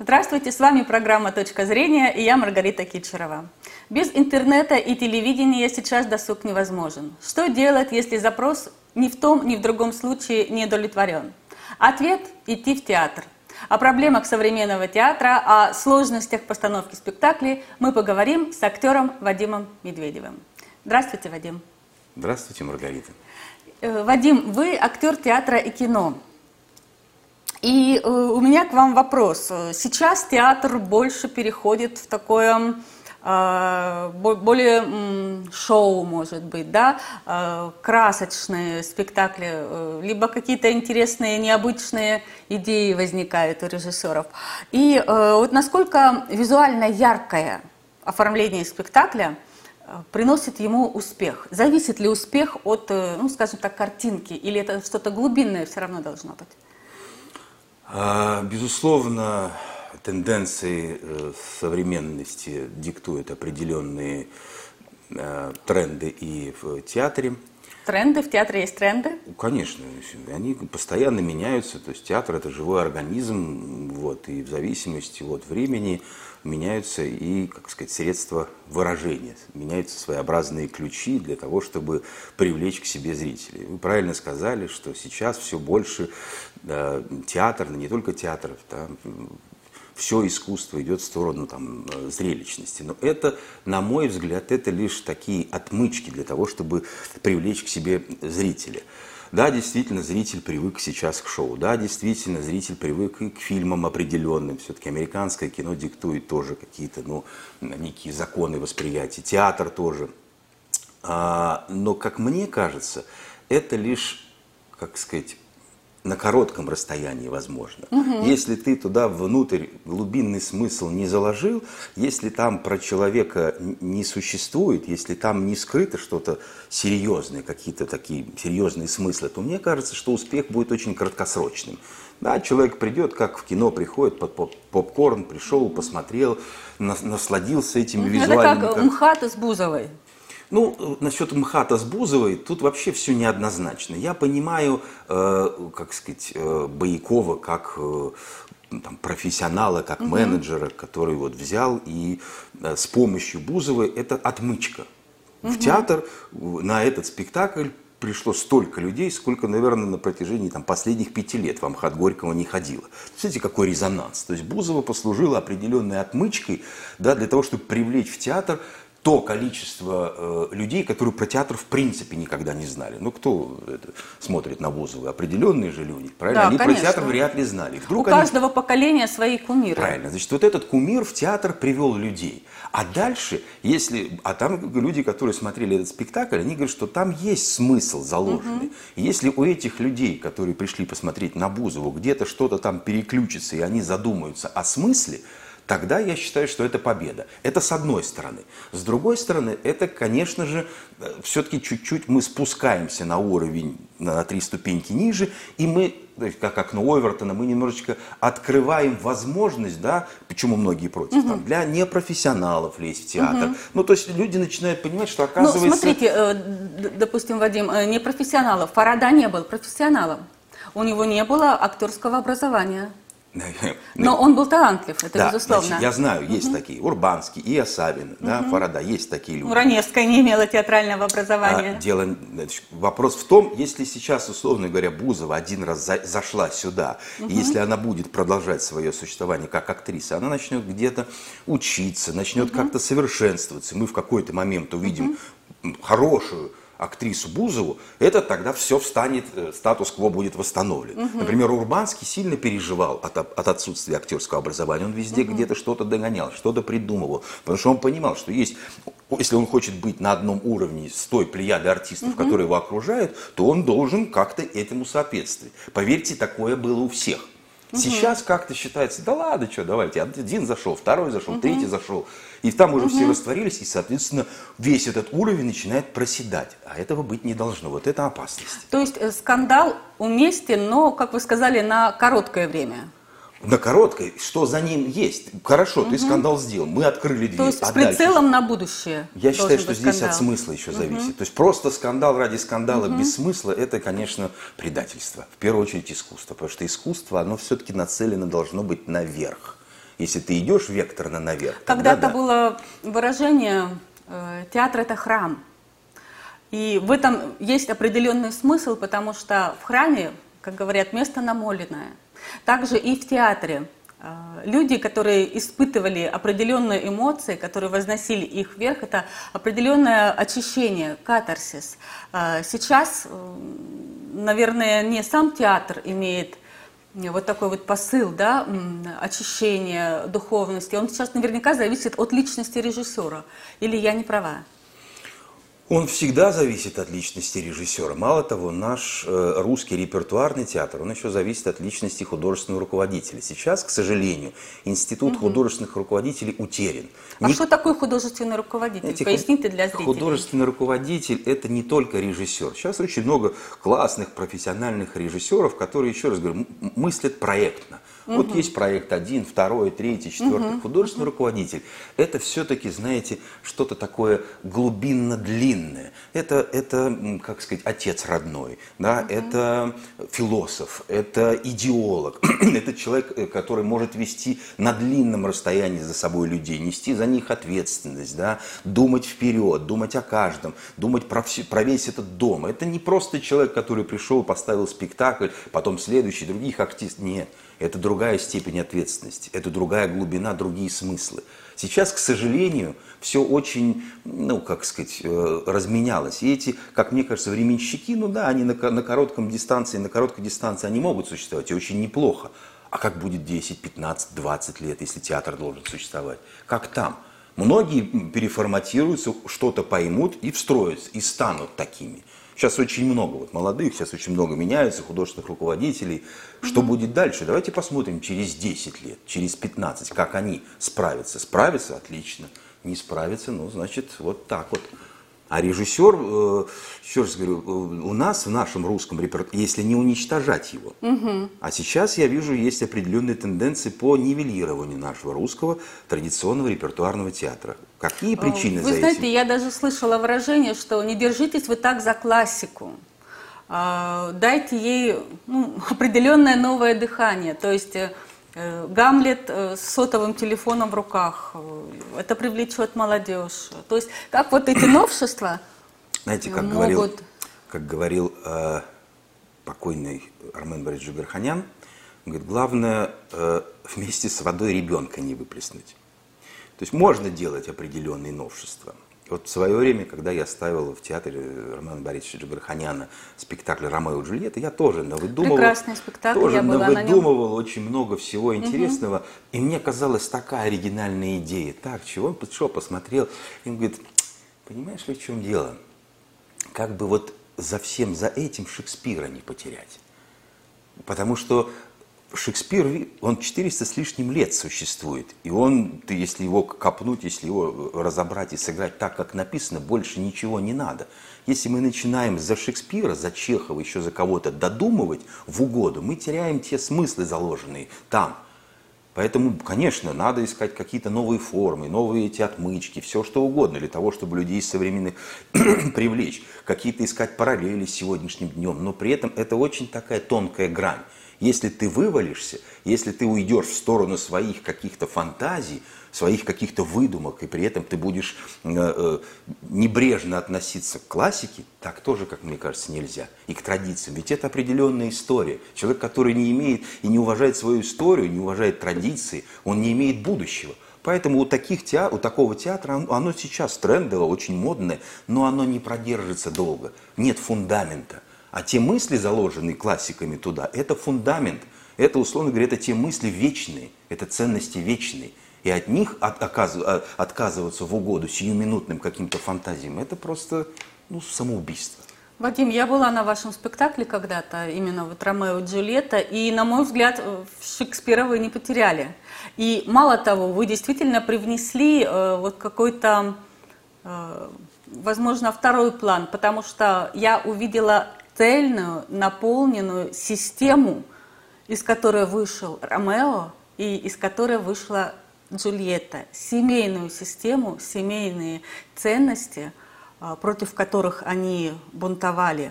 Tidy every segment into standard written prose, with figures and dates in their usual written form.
Здравствуйте, с вами программа «Точка зрения» и я Маргарита Кичерова. Без интернета и телевидения сейчас досуг невозможен. Что делать, если запрос ни в том, ни в другом случае не удовлетворен? Ответ – идти в театр. О проблемах современного театра, о сложностях постановки спектаклей мы поговорим с актером Вадимом Медведевым. Здравствуйте, Вадим. Здравствуйте, Маргарита. Вадим, вы актер театра и кино. И у меня к вам вопрос. Сейчас театр больше переходит в такое более шоу, может быть, да, красочные спектакли, либо какие-то интересные, необычные идеи возникают у режиссеров. И вот насколько визуально яркое оформление спектакля приносит ему успех? Зависит ли успех от, ну, скажем так, картинки, или это что-то глубинное все равно должно быть? Безусловно, тенденции современности диктуют определенные тренды и в театре. Тренды? В театре есть тренды? Конечно, они постоянно меняются. То есть театр – это живой организм, вот, и в зависимости от времени меняются и, как сказать, средства выражения, меняются своеобразные ключи для того, чтобы привлечь к себе зрителей. Вы правильно сказали, что сейчас все больше театр, не только театр, да, все искусство идет в сторону там, зрелищности. Но это, на мой взгляд, это лишь такие отмычки для того, чтобы привлечь к себе зрителя. Да, действительно, зритель привык сейчас к шоу. Да, действительно, зритель привык и к фильмам определенным. Все-таки американское кино диктует тоже какие-то, ну, некие законы восприятия. Театр тоже. Но, как мне кажется, это лишь, как сказать, на коротком расстоянии возможно. Если ты туда внутрь глубинный смысл не заложил, если там про человека не существует, если там не скрыто что-то серьезное, какие-то такие серьезные смыслы, то мне кажется, что успех будет очень краткосрочным. Да, человек придет, как в кино приходит, под попкорн, пришел, посмотрел, насладился этими визуальными... Это как МХАТ с Бузовой. Ну, насчет МХАТа с Бузовой, тут вообще все неоднозначно. Я понимаю, как сказать, Боякова как там, профессионала, как менеджера, который вот взял и с помощью Бузовой, это отмычка. В театр на этот спектакль пришло столько людей, сколько, наверное, на протяжении там, последних 5 лет в МХАТ Горького не ходило. Смотрите, какой резонанс. То есть Бузова послужила определенной отмычкой, да, для того, чтобы привлечь в театр то количество людей, которые про театр в принципе никогда не знали. Ну, кто смотрит на Бузову? Определенные же люди, правильно? Да, они конечно. про театр вряд ли знали. Вдруг у каждого поколения свои кумиры. Правильно. Значит, вот этот кумир в театр привел людей. А дальше, если... А там люди, которые смотрели этот спектакль, они говорят, что там есть смысл заложенный. И если у этих людей, которые пришли посмотреть на Бузову, где-то что-то там переключится, и они задумаются о смысле, тогда я считаю, что это победа. Это с одной стороны. С другой стороны, это, конечно же, все-таки чуть-чуть мы спускаемся на уровень, на 3 ступеньки ниже, и мы, как окно Овертона, мы немножечко открываем возможность, да, почему многие против, там, для непрофессионалов лезть в театр. Ну, то есть люди начинают понимать, что оказывается... Ну, смотрите, допустим, Вадим, непрофессионалов. Фарада не был профессионалом. У него не было актерского образования. Но он был талантлив, это да, безусловно. Значит, я знаю, есть такие, Урбанский и Осавин, да, Фарада, есть такие люди. Раневская не имела театрального образования. Вопрос в том, если сейчас, условно говоря, Бузова один раз зашла сюда, и если она будет продолжать свое существование как актриса, она начнет где-то учиться, начнет как-то совершенствоваться. Мы в какой-то момент увидим хорошую актрису Бузову, это тогда все встанет, статус-кво будет восстановлен. Например, Урбанский сильно переживал от отсутствия актерского образования. Он везде где-то что-то догонял, что-то придумывал. Потому что он понимал, что есть, если он хочет быть на одном уровне с той плеядой артистов, которые его окружают, то он должен как-то этому соответствовать. Поверьте, такое было у всех. Сейчас как-то считается, да ладно, что, давайте, один зашел, второй зашел, третий зашел. И там уже все растворились, и, соответственно, весь этот уровень начинает проседать. А этого быть не должно. Вот это опасность. То есть скандал уместен, но, как вы сказали, на короткое время. На короткой, что за ним есть. Хорошо, ты скандал сделал, мы открыли дверь. То есть с прицелом на будущее. Я считаю, что здесь от смысла еще зависит. То есть просто скандал ради скандала без смысла, это, конечно, предательство. В первую очередь искусство. Потому что искусство, оно все-таки нацелено должно быть наверх. Если ты идешь векторно наверх, Когда-то да. было выражение «театр – это храм». И в этом есть определенный смысл, потому что в храме, как говорят, место намоленное. Также и в театре. Люди, которые испытывали определенные эмоции, которые возносили их вверх, это определенное очищение, катарсис. Сейчас, наверное, не сам театр имеет вот такой вот посыл, да, очищения духовности. Он сейчас наверняка зависит от личности режиссера. Или я не права? Он всегда зависит от личности режиссера. Мало того, наш русский репертуарный театр, он еще зависит от личности художественного руководителя. Сейчас, к сожалению, институт художественных руководителей утерян. А что такое художественный руководитель? Поясните для зрителей. Художественный руководитель – это не только режиссер. Сейчас очень много классных профессиональных режиссеров, которые, еще раз говорю, мыслят проектно. Вот есть проект 1, 2, 3, 4. Художественный руководитель – это все-таки, знаете, что-то такое глубинно-длинное. Это, как сказать, отец родной, да? Это философ, это идеолог, это человек, который может вести на длинном расстоянии за собой людей, нести за них ответственность, да? Думать вперед, думать о каждом, думать про весь этот дом. Это не просто человек, который пришел, поставил спектакль, потом следующий, других артистов. Нет. Это другая степень ответственности, это другая глубина, другие смыслы. Сейчас, к сожалению, все очень, ну, как сказать, разменялось. И эти, как мне кажется, временщики, ну да, они на короткой дистанции они могут существовать, и очень неплохо. А как будет 10, 15, 20 лет, если театр должен существовать? Как там? Многие переформатируются, что-то поймут и встроятся, и станут такими. Сейчас очень много вот молодых, сейчас очень много меняются, художественных руководителей. Что будет дальше? Давайте посмотрим через 10 лет, через 15, как они справятся. Справятся – отлично. Не справятся, ну, значит, вот так вот. А режиссер, еще раз говорю, у нас в нашем русском репертуаре, если не уничтожать его, а сейчас я вижу, есть определенные тенденции по нивелированию нашего русского традиционного репертуарного театра. Какие причины за этим? Вы знаете, этим? я даже слышала выражение, что не держитесь вы так за классику. Дайте ей определенное новое дыхание. То есть Гамлет с сотовым телефоном в руках, это привлечет молодежь. То есть как вот эти новшества, знаете, как могут... говорил покойный Армен Борисович Джигарханян, он говорит, главное вместе с водой ребенка не выплеснуть. То есть можно делать определенные новшества. Вот в свое время, когда я ставил в театре Армена Борисовича Джигарханяна спектакль «Ромео и Джульетта», я тоже навыдумывал, очень много всего интересного. И мне казалась такая оригинальная идея. Так, чего он пришел, посмотрел, и он говорит, понимаешь ли, в чем дело? Как бы вот за всем за этим Шекспира не потерять. Потому что Шекспир, он 400 с лишним лет существует. И он, если его копнуть, если его разобрать и сыграть так, как написано, больше ничего не надо. Если мы начинаем за Шекспира, за Чехова, еще за кого-то додумывать в угоду, мы теряем те смыслы, заложенные там. Поэтому, конечно, надо искать какие-то новые формы, новые эти отмычки, все что угодно для того, чтобы людей современных привлечь. Какие-то искать параллели с сегодняшним днем. Но при этом это очень такая тонкая грань. Если ты вывалишься, если ты уйдешь в сторону своих каких-то фантазий, своих каких-то выдумок, и при этом ты будешь небрежно относиться к классике, так тоже, как мне кажется, нельзя. И к традициям. Ведь это определенная история. Человек, который не имеет и не уважает свою историю, не уважает традиции, он не имеет будущего. Поэтому у такого театра, оно сейчас трендово, очень модное, но оно не продержится долго. Нет фундамента. А те мысли, заложенные классиками туда, это фундамент. Это, условно говоря, это те мысли вечные, это ценности вечные. И от них отказываться в угоду сиюминутным каким-то фантазиям, это просто самоубийство. Вадим, я была на вашем спектакле когда-то, именно вот «Ромео и Джульетта», и, на мой взгляд, Шекспира вы не потеряли. И мало того, вы действительно привнесли вот какой-то, возможно, второй план, потому что я увидела цельную, наполненную систему, из которой вышел Ромео и из которой вышла Джульетта. Семейную систему, семейные ценности, против которых они бунтовали.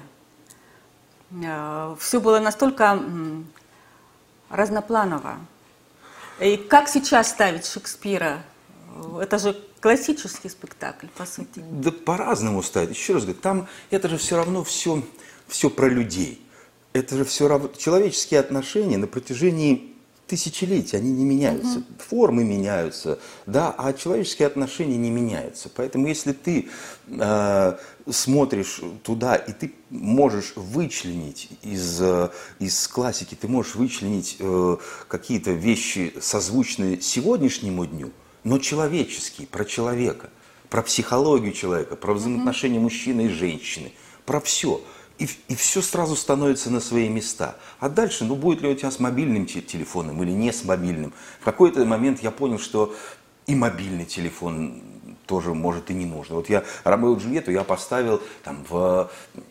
Все было настолько разнопланово. И как сейчас ставить Шекспира? Это же классический спектакль, по сути. Да по-разному ставить. Еще раз говорю, там это же все равно все про людей. Это же все равно человеческие отношения на протяжении тысячелетий, они не меняются. Формы меняются, да, а человеческие отношения не меняются. Поэтому если ты смотришь туда, и ты можешь вычленить из классики, ты можешь вычленить какие-то вещи, созвучные сегодняшнему дню, но человеческие, про человека, про психологию человека, про взаимоотношения мужчины и женщины, про все. И все сразу становится на свои места. А дальше, ну будет ли у тебя с мобильным телефоном или не с мобильным. В какой-то момент я понял, что и мобильный телефон тоже может и не нужно. Вот я Ромео и Джульетту я поставил в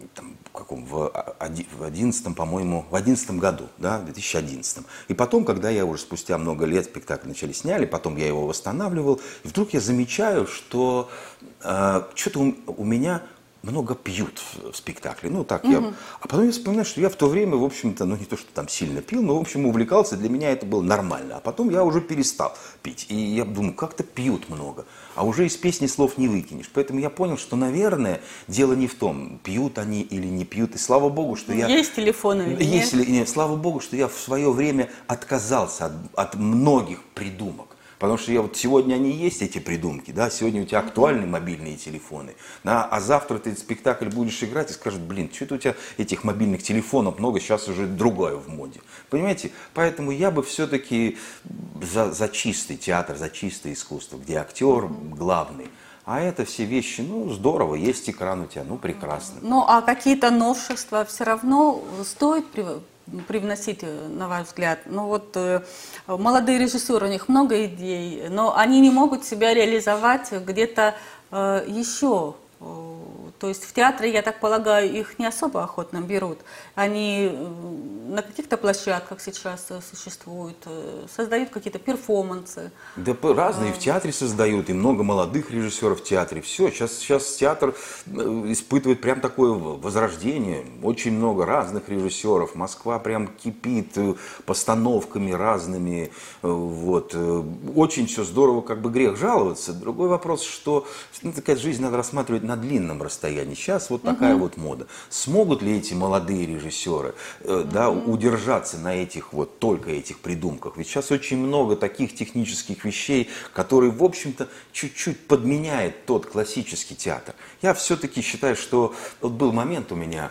11, по-моему, в 11 году, да, в 2011. И потом, когда я уже спустя много лет спектакль сняли, потом я его восстанавливал, и вдруг я замечаю, что что-то у меня много пьют в спектакле. Ну, так я... А потом я вспоминаю, что я в то время, в общем-то, ну, не то, что там сильно пил, но, в общем, увлекался, для меня это было нормально. А потом я уже перестал пить. И я думаю, как-то пьют много. А уже из песни слов не выкинешь. Поэтому я понял, что, наверное, дело не в том, пьют они или не пьют. И слава богу, что я... Есть телефон или нет? Есть или нет. Слава богу, что я в свое время отказался от многих придумок. Потому что вот сегодня они есть, эти придумки, да, сегодня у тебя актуальны мобильные телефоны, да, а завтра ты этот спектакль будешь играть и скажут, блин, что-то у тебя этих мобильных телефонов много, сейчас уже другое в моде. Понимаете? Поэтому я бы все-таки за чистый театр, за чистое искусство, где актер главный. А это все вещи, ну, здорово, есть экран у тебя, ну, прекрасно. Ну, а какие-то новшества все равно стоит привносить, на ваш взгляд? Ну вот молодые режиссеры, у них много идей, но они не могут себя реализовать где-то еще. То есть в театре, я так полагаю, их не особо охотно берут. Они на каких-то площадках сейчас существуют, создают какие-то перформансы. Да разные в театре создают, и много молодых режиссеров в театре. Все, сейчас театр испытывает прям такое возрождение. Очень много разных режиссеров. Москва прям кипит постановками разными. Вот. Очень все здорово, как бы грех жаловаться. Другой вопрос, что такая жизнь надо рассматривать на длинном расстоянии. Сейчас вот такая вот мода. Смогут ли эти молодые режиссеры удержаться на только этих придумках? Ведь сейчас очень много таких технических вещей, которые, в общем-то, чуть-чуть подменяют тот классический театр. Я все-таки считаю, что вот был момент у меня,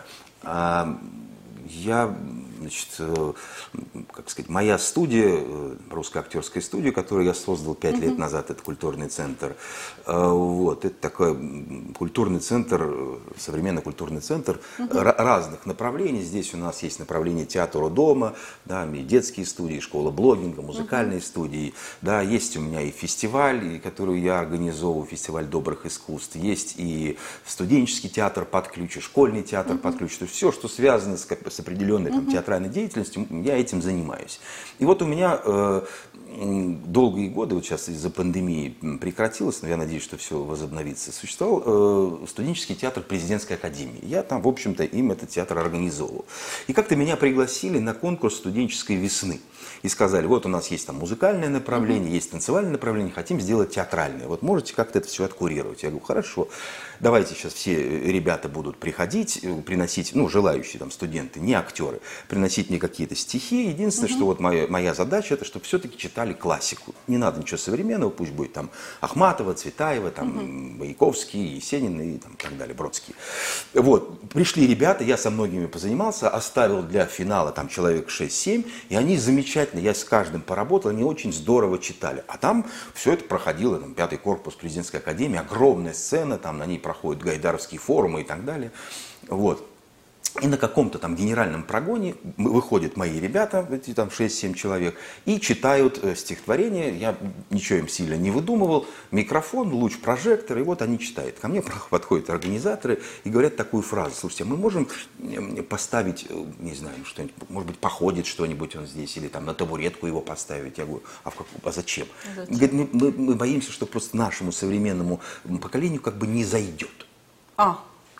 моя студия, русская актерская студия, которую я создал 5 лет назад, это культурный центр. Вот, это такой культурный центр, современный культурный центр разных направлений. Здесь у нас есть направление театра дома, да, и детские студии, школа блогинга, музыкальные студии. Да, есть у меня и фестиваль, который я организовываю, фестиваль добрых искусств. Есть и студенческий театр под ключ, и школьный театр под ключ. То есть все, что связано с определенной театральной деятельностью, я этим занимаюсь. И вот у меня долгие годы, вот сейчас из-за пандемии прекратилось, но я надеюсь, что все возобновится, существовал студенческий театр президентской академии. Я там, в общем-то, им этот театр организовывал. И как-то меня пригласили на конкурс студенческой весны. И сказали, вот у нас есть там музыкальное направление, есть танцевальное направление, хотим сделать театральное. Вот можете как-то это все откурировать? Я говорю, хорошо, давайте сейчас все ребята будут приходить, приносить, ну, желающие там студенты, не актеры, приносить мне какие-то стихи. Единственное, что вот моя задача, это чтобы все-таки читали классику. Не надо ничего современного, пусть будет там Ахматова, Цветаева, там Маяковский, Есенин и там, так далее, Бродский. Вот, пришли ребята, я со многими позанимался, оставил для финала там человек 6-7, и они замечательно, я с каждым поработал, они очень здорово читали. А там все это проходило, там 5-й корпус президентской академии, огромная сцена, там на ней проходят гайдаровские форумы и так далее. Вот. И на каком-то там генеральном прогоне выходят мои ребята, эти там 6-7 человек, и читают стихотворение. Я ничего им сильно не выдумывал. Микрофон, луч, прожектор, и вот они читают. Ко мне подходят организаторы и говорят такую фразу. Слушайте, мы можем поставить, не знаю, что-нибудь, может быть, походит что-нибудь он здесь, или там на табуретку его поставить. Я говорю, а зачем? Говорит, мы боимся, что просто нашему современному поколению как бы не зайдет.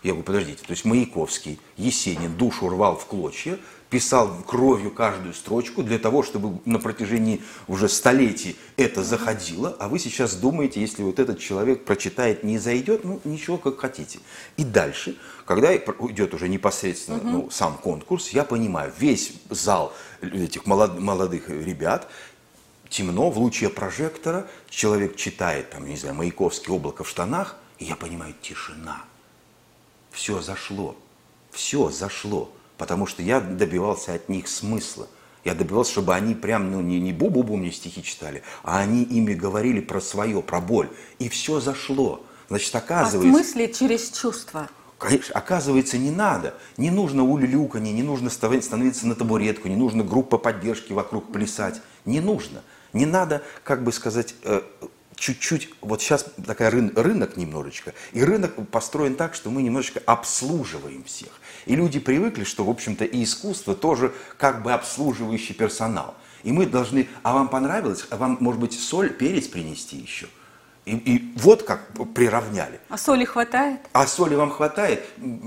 Я говорю, подождите, то есть Маяковский, Есенин душу рвал в клочья, писал кровью каждую строчку для того, чтобы на протяжении уже столетий это заходило, а вы сейчас думаете, если вот этот человек прочитает, не зайдет, ну ничего, как хотите. И дальше, когда идет уже непосредственно сам конкурс, я понимаю, весь зал этих молодых ребят, темно, в луче прожектора, человек читает, там, не знаю, Маяковский «Облако в штанах», и я понимаю, тишина. Все зашло, потому что я добивался от них смысла. Я добивался, чтобы они прям, не бу-бу-бу мне стихи читали, а они ими говорили про свое, про боль. И все зашло. Значит, оказывается... А в смысле через чувства? Конечно, оказывается, не надо. Не нужно улюлюканье, не нужно становиться на табуретку, не нужно группа поддержки вокруг плясать. Не нужно. Не надо, как бы сказать, чуть-чуть, вот сейчас такой рынок немножечко, и рынок построен так, что мы немножечко обслуживаем всех. И люди привыкли, что, в общем-то, и искусство тоже как бы обслуживающий персонал. И мы должны, а вам понравилось, а вам, может быть, соль, перец принести еще? И вот как приравняли. А соли хватает? А соли вам хватает?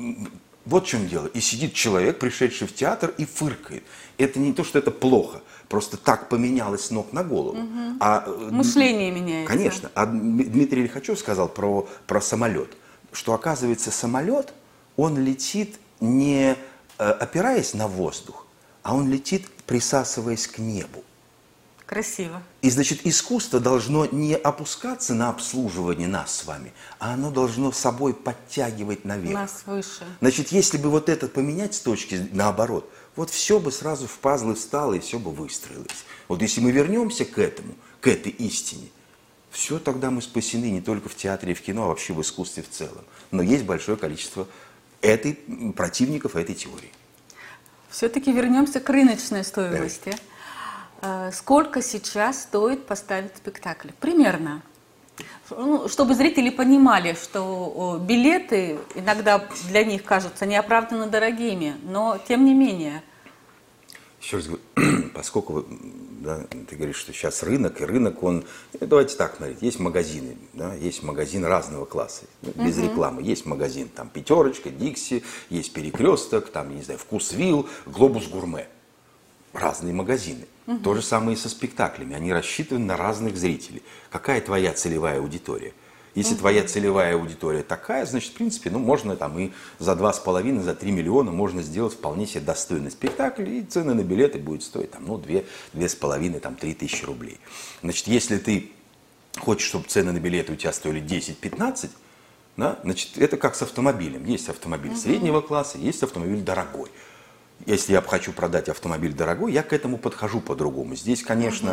Вот в чем дело. И сидит человек, пришедший в театр, и фыркает. Это не то, что это плохо. Просто так поменялось с ног на голову. Мышление меняется. Конечно. А Дмитрий Лихачев сказал про самолет. Что, оказывается, самолет, он летит не опираясь на воздух, а он летит, присасываясь к небу. Красиво. И, значит, искусство должно не опускаться на обслуживание нас с вами, а оно должно собой подтягивать наверх. Нас выше. Значит, если бы вот это поменять с точки наоборот, вот все бы сразу в пазлы встало и все бы выстроилось. Вот если мы вернемся к этому, к этой истине, все, тогда мы спасены не только в театре и в кино, а вообще в искусстве в целом. Но есть большое количество противников этой теории. Все-таки вернемся к рыночной стоимости. Сколько сейчас стоит поставить спектакль? Примерно. Чтобы зрители понимали, что билеты иногда для них кажутся неоправданно дорогими, но тем не менее. Еще раз говорю, поскольку ты говоришь, что сейчас рынок, и рынок, он, давайте так смотреть, есть магазины, есть магазин разного класса, без рекламы, есть магазин, там, Пятерочка, Дикси, есть Перекресток, там, не знаю, Вкусвилл, Глобус Гурме. Разные магазины. То же самое и со спектаклями. Они рассчитаны на разных зрителей. Какая твоя целевая аудитория? Если твоя целевая аудитория такая, значит, в принципе, можно там и за 2,5, за 3 миллиона можно сделать вполне себе достойный спектакль, и цены на билеты будут стоить там, 2,5, там, 3 тысячи рублей. Значит, если ты хочешь, чтобы цены на билеты у тебя стоили 10-15, значит, это как с автомобилем. Есть автомобиль среднего класса, есть автомобиль дорогой. Если я хочу продать автомобиль дорогой, я к этому подхожу по-другому. Здесь, конечно,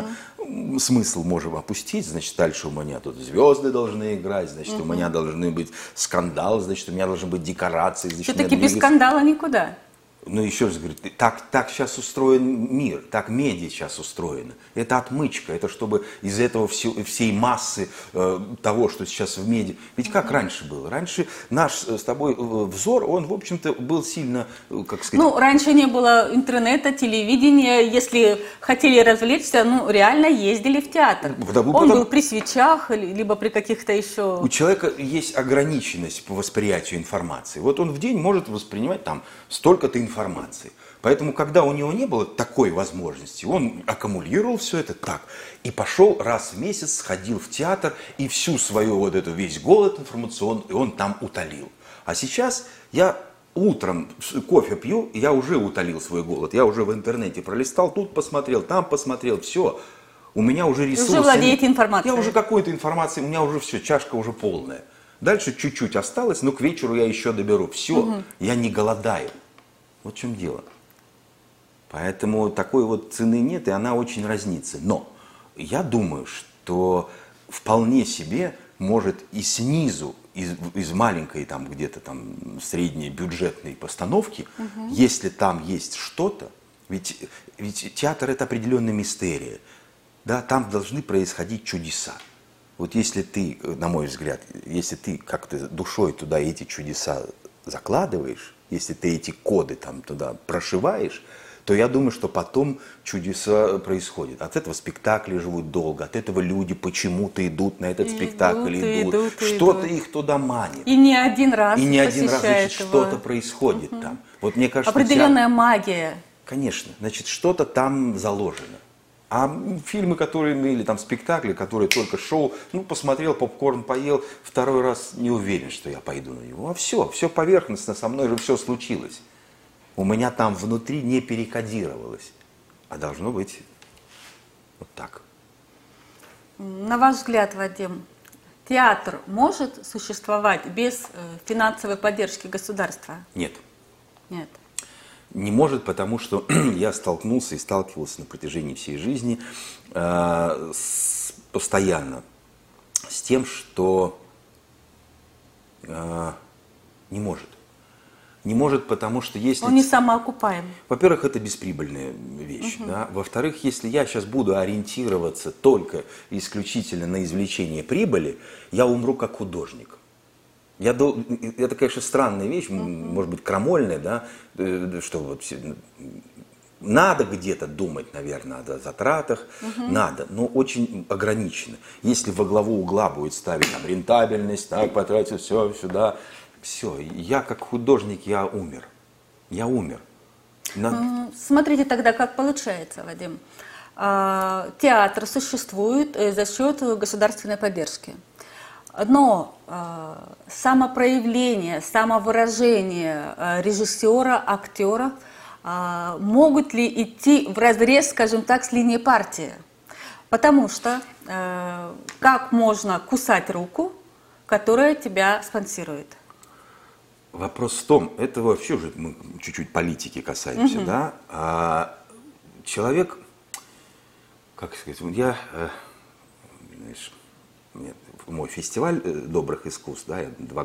смысл можем опустить. Значит, дальше у меня тут звезды должны играть, значит, у меня должны быть скандалы, значит, у меня должны быть декорации. Все-таки без скандала никуда. Ну, еще раз говорю, так сейчас устроен мир, так медиа сейчас устроено. Это отмычка, это чтобы из этого всей массы того, что сейчас в медиа. Ведь как раньше было? Раньше наш с тобой взор, он, в общем-то, был сильно, как сказать... раньше не было интернета, телевидения. Если хотели развлечься, реально ездили в театр. Он был при свечах, либо при каких-то еще... У человека есть ограниченность по восприятию информации. Вот он в день может воспринимать там столько-то информации. Поэтому, когда у него не было такой возможности, он аккумулировал все это так и пошел раз в месяц, сходил в театр и всю свою весь голод информационный он там утолил. А сейчас я утром кофе пью, и я уже утолил свой голод. Я уже в интернете пролистал, тут посмотрел, там посмотрел, все. У меня уже ресурсы. Уже владеете информацией. Я уже какой-то информации, у меня уже все, чашка уже полная. Дальше чуть-чуть осталось, но к вечеру я еще доберу. Все, я не голодаю. Вот в чем дело. Поэтому такой вот цены нет, и она очень разнится. Но я думаю, что вполне себе может и снизу, из маленькой там где-то там средней бюджетной постановки, если там есть что-то, ведь театр это определенная мистерия, да, там должны происходить чудеса. Вот если ты, на мой взгляд, если ты как-то душой туда эти чудеса закладываешь, если ты эти коды там туда прошиваешь, то я думаю, что потом чудеса происходят. От этого спектакли живут долго, от этого люди почему-то идут на этот спектакль, идут. Что-то их туда манит. И не один раз. И не один раз, значит, его. что-то происходит там. Вот мне кажется, определенная магия. Конечно, значит, что-то там заложено. А фильмы, которые мы, или там спектакли, которые только шоу, ну, посмотрел, попкорн поел, второй раз не уверен, что я пойду на него. А все поверхностно, со мной же все случилось. У меня там внутри не перекодировалось. А должно быть вот так. На ваш взгляд, Вадим, театр может существовать без финансовой поддержки государства? Нет. Нет. Не может, потому что я столкнулся и сталкивался на протяжении всей жизни постоянно с тем, что не может. Не может, потому что если... Он не самоокупаем. Во-первых, это бесприбыльная вещь. Да? Во-вторых, если я сейчас буду ориентироваться только исключительно на извлечение прибыли, я умру как художник. Это, конечно, странная вещь, может быть, крамольная, да, что вот надо где-то думать, наверное, о затратах, надо, но очень ограниченно. Если во главу угла будет ставить там, рентабельность, так, потратить все сюда, все, я как художник, я умер. Я умер. Смотрите тогда, как получается, Вадим. Театр существует за счет государственной поддержки. Но самопроявление, самовыражение режиссера, актера могут ли идти вразрез, скажем так, с линией партии? Потому что как можно кусать руку, которая тебя спонсирует? Вопрос в том, это вообще уже мы чуть-чуть политики касаемся, да? Человек, как сказать, мой фестиваль добрых искусств, да, я 2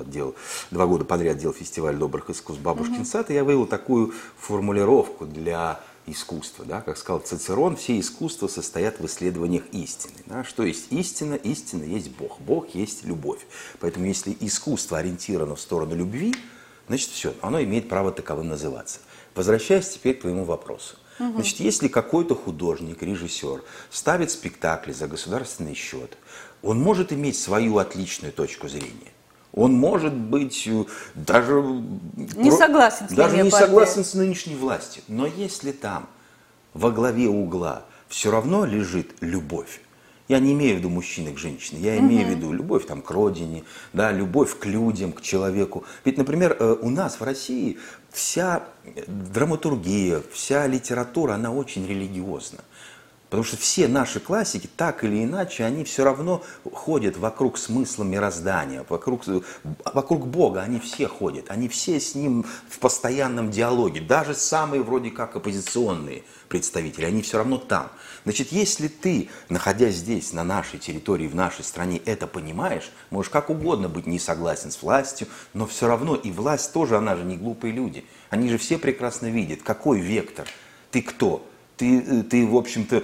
года подряд делал фестиваль добрых искусств «Бабушкин сад», и я вывел такую формулировку для искусства, да, как сказал Цицерон, все искусства состоят в исследованиях истины. Да, что есть истина? Истина есть Бог, Бог есть любовь. Поэтому если искусство ориентировано в сторону любви, значит все, оно имеет право таковым называться. Возвращаясь теперь к твоему вопросу. Значит, если какой-то художник, режиссер ставит спектакли за государственный счет, он может иметь свою отличную точку зрения. Он может быть даже не согласен с нынешней властью. Но если там во главе угла все равно лежит любовь, я не имею в виду мужчины к женщине, я имею в виду любовь там, к родине, да, любовь к людям, к человеку. Ведь, например, у нас в России вся драматургия, вся литература, она очень религиозна. Потому что все наши классики, так или иначе, они все равно ходят вокруг смысла мироздания, вокруг Бога, они все ходят, они все с Ним в постоянном диалоге, даже самые вроде как оппозиционные представители, они все равно там. Значит, если ты, находясь здесь, на нашей территории, в нашей стране, это понимаешь, можешь как угодно быть не согласен с властью, но все равно и власть тоже, она же не глупые люди, они же все прекрасно видят, какой вектор, ты кто. Ты, в общем-то,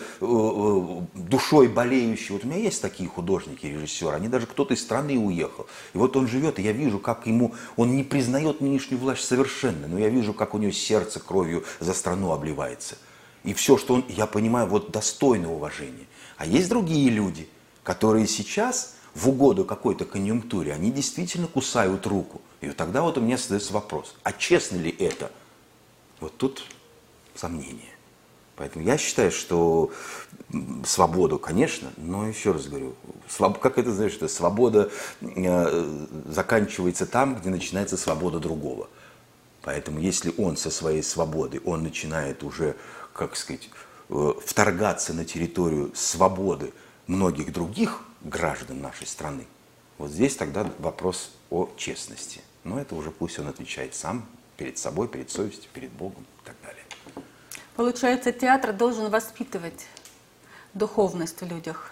душой болеющий. Вот у меня есть такие художники, режиссеры, они даже кто-то из страны уехал. И вот он живет, и я вижу, как он не признает нынешнюю власть совершенно, но я вижу, как у него сердце кровью за страну обливается. И все, что я понимаю, вот достойно уважения. А есть другие люди, которые сейчас, в угоду какой-то конъюнктуре, они действительно кусают руку. И вот тогда вот у меня задается вопрос, а честно ли это? Вот тут сомнение. Поэтому я считаю, что свободу, конечно, но еще раз говорю, как это, знаешь, что свобода заканчивается там, где начинается свобода другого. Поэтому если он со своей свободой, он начинает уже, как сказать, вторгаться на территорию свободы многих других граждан нашей страны, вот здесь тогда вопрос о честности. Но это уже пусть он отвечает сам перед собой, перед совестью, перед Богом и так далее. Получается, театр должен воспитывать духовность в людях.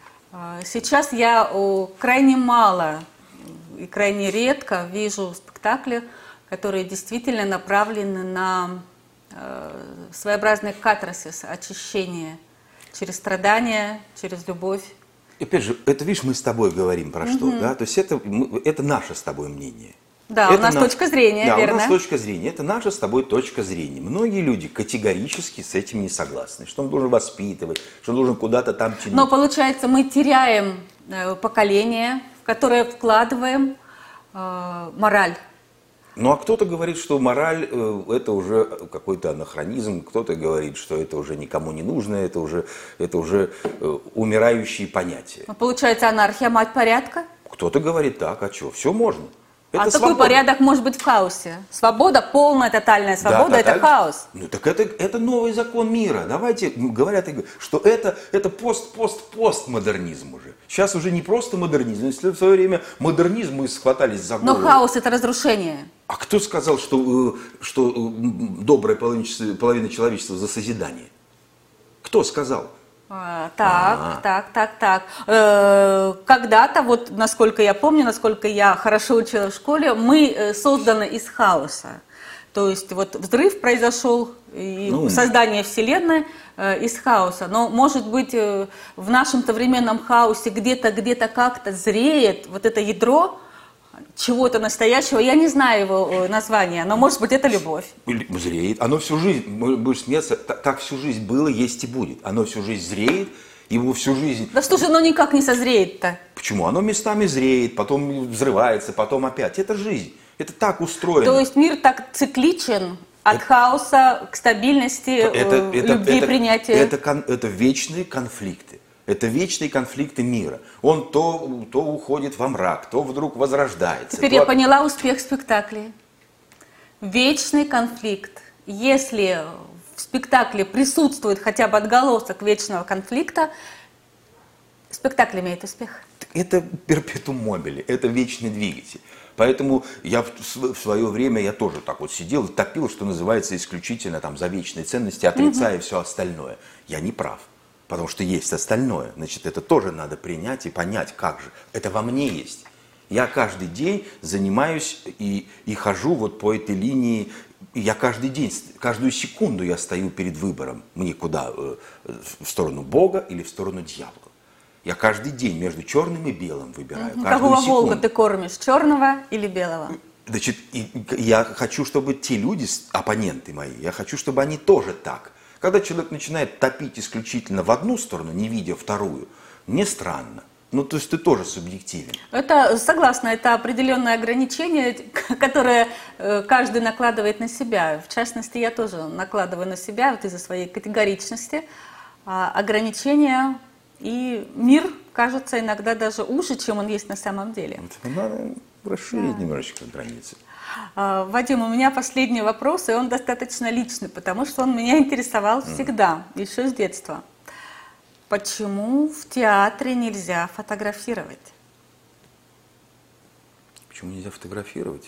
Сейчас я крайне мало и крайне редко вижу спектакли, которые действительно направлены на своеобразный катарсис, очищение через страдания, через любовь. И опять же, это, видишь, мы с тобой говорим про что, да? То есть это наше с тобой мнение. Да, у нас точка зрения, да, верно. у нас точка зрения. Это наша с тобой точка зрения. Многие люди категорически с этим не согласны. Что он должен воспитывать, что он должен куда-то там тянуть. Но получается, мы теряем поколение, в которое вкладываем мораль. Ну а кто-то говорит, что мораль это уже какой-то анахронизм, кто-то говорит, что это уже никому не нужно, это уже умирающие понятия. Но получается, анархия, мать порядка? Кто-то говорит так, а что, все можно. Это такой свобода. порядок может быть в хаосе. Свобода, полная, тотальная свобода, Да, это хаос. Ну так это новый закон мира. Давайте, говорят, что это постмодернизм уже. Сейчас уже не просто модернизм. Если в свое время модернизм мы схватались за голову. Но хаос это разрушение. А кто сказал, что добрая половина человечества за созидание? Кто сказал? Так. Когда-то, вот насколько я помню, насколько я хорошо учила в школе, мы созданы из хаоса. То есть вот взрыв произошел, и создание Вселенной из хаоса. Но, может быть, в нашем современном хаосе где-то как-то зреет вот это ядро чего-то настоящего. Я не знаю его названия, но, может быть, это любовь. Зреет. Оно всю жизнь, будешь смеяться, так всю жизнь было, есть и будет. Оно всю жизнь зреет, его всю жизнь... Да что же оно никак не созреет-то? Почему? Оно местами зреет, потом взрывается, потом опять. Это жизнь. Это так устроено. То есть мир так цикличен от хаоса к стабильности, любви, принятия? Это вечные конфликты. Это вечные конфликты мира. Он то уходит во мрак, то вдруг возрождается. Теперь я поняла успех спектакля. Вечный конфликт. Если в спектакле присутствует хотя бы отголосок вечного конфликта, спектакль имеет успех. Это перпетум мобили, это вечный двигатель. Поэтому я в свое время я тоже так вот сидел, топил, что называется, исключительно там за вечные ценности, отрицая все остальное. Я не прав. Потому что есть остальное. Значит, это тоже надо принять и понять, как же. Это во мне есть. Я каждый день занимаюсь и хожу вот по этой линии. Я каждый день, каждую секунду я стою перед выбором. Мне куда? В сторону Бога или в сторону дьявола? Я каждый день между черным и белым выбираю. Какого волка ты кормишь? Черного или белого? Значит, я хочу, чтобы те люди, оппоненты мои, я хочу, чтобы они тоже так. Когда человек начинает топить исключительно в одну сторону, не видя вторую, мне странно. Ну, то есть ты тоже субъективен. Это, согласна, это определенное ограничение, которое каждый накладывает на себя. В частности, я тоже накладываю на себя вот из-за своей категоричности ограничения. И мир кажется иногда даже уже, чем он есть на самом деле. Надо расширить немножечко границы. Вадим, у меня последний вопрос, и он достаточно личный, потому что он меня интересовал всегда, еще с детства. Почему в театре нельзя фотографировать? Почему нельзя фотографировать?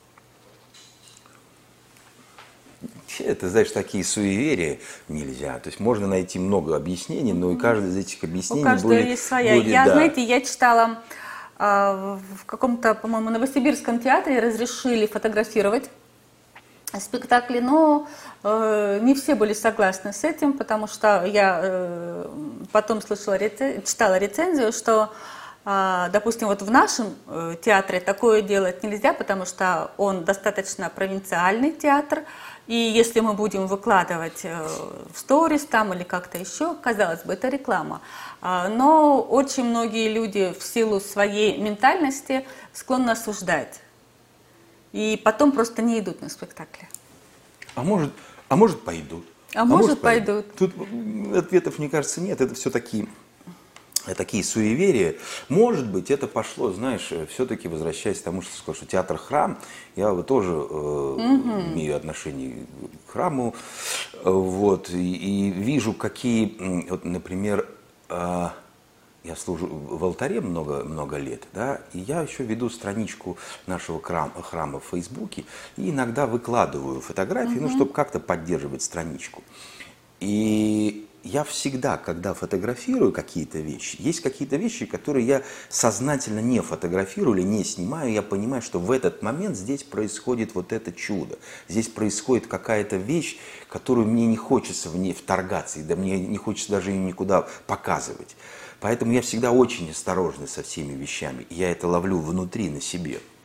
Это, знаешь, такие суеверия нельзя. То есть можно найти много объяснений, но и каждое из этих объяснений будет... У каждого есть своя. Знаете, я читала... В каком-то, по-моему, Новосибирском театре разрешили фотографировать спектакли, но не все были согласны с этим, потому что я потом читала рецензию, что, допустим, вот в нашем театре такое делать нельзя, потому что он достаточно провинциальный театр, и если мы будем выкладывать в сторис там или как-то еще, казалось бы, это реклама. Но очень многие люди в силу своей ментальности склонны осуждать. И потом просто не идут на спектакли. А может пойдут. А может пойдут. Тут ответов, мне кажется, нет. Это все такие суеверия. Может быть, это пошло, знаешь, все-таки возвращаясь к тому, что сказал, что театр-храм, я тоже имею отношение к храму, вот, и вижу, какие, вот, например, я служу в алтаре много лет, да, и я еще веду страничку нашего храма в Фейсбуке и иногда выкладываю фотографии, ну, чтобы как-то поддерживать страничку. И я всегда, когда фотографирую какие-то вещи, есть какие-то вещи, которые я сознательно не фотографирую или не снимаю, я понимаю, что в этот момент здесь происходит вот это чудо. Здесь происходит какая-то вещь, которую мне не хочется в ней вторгаться, и да мне не хочется даже ее никуда показывать. Поэтому я всегда очень осторожный со всеми вещами, и я это ловлю внутри, на себе.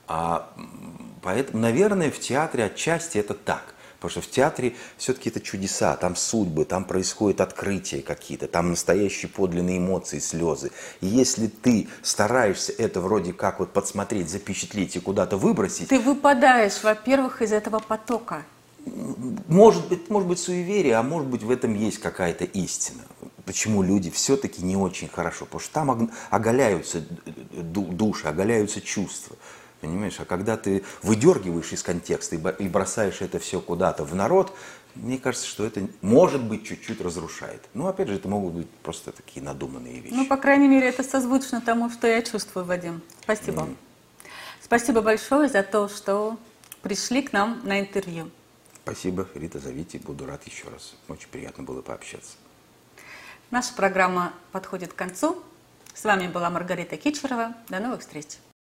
Поэтому, наверное, в театре отчасти это так. Потому что в театре все-таки это чудеса, там судьбы, там происходят открытия какие-то, там настоящие подлинные эмоции, слезы. И если ты стараешься это вроде как вот подсмотреть, запечатлеть и куда-то выбросить... Ты выпадаешь, во-первых, из этого потока. Может быть суеверие, а может быть в этом есть какая-то истина. Почему люди все-таки не очень хорошо? Потому что там оголяются души, оголяются чувства. Понимаешь, а когда ты выдергиваешь из контекста и бросаешь это все куда-то в народ, мне кажется, что это, может быть, чуть-чуть разрушает. Ну, опять же, это могут быть просто такие надуманные вещи. Ну, по крайней мере, это созвучно тому, что я чувствую, Вадим. Спасибо. Спасибо большое за то, что пришли к нам на интервью. Спасибо, Рита, зовите, буду рад еще раз. Очень приятно было пообщаться. Наша программа подходит к концу. С вами была Маргарита Кичерова. До новых встреч.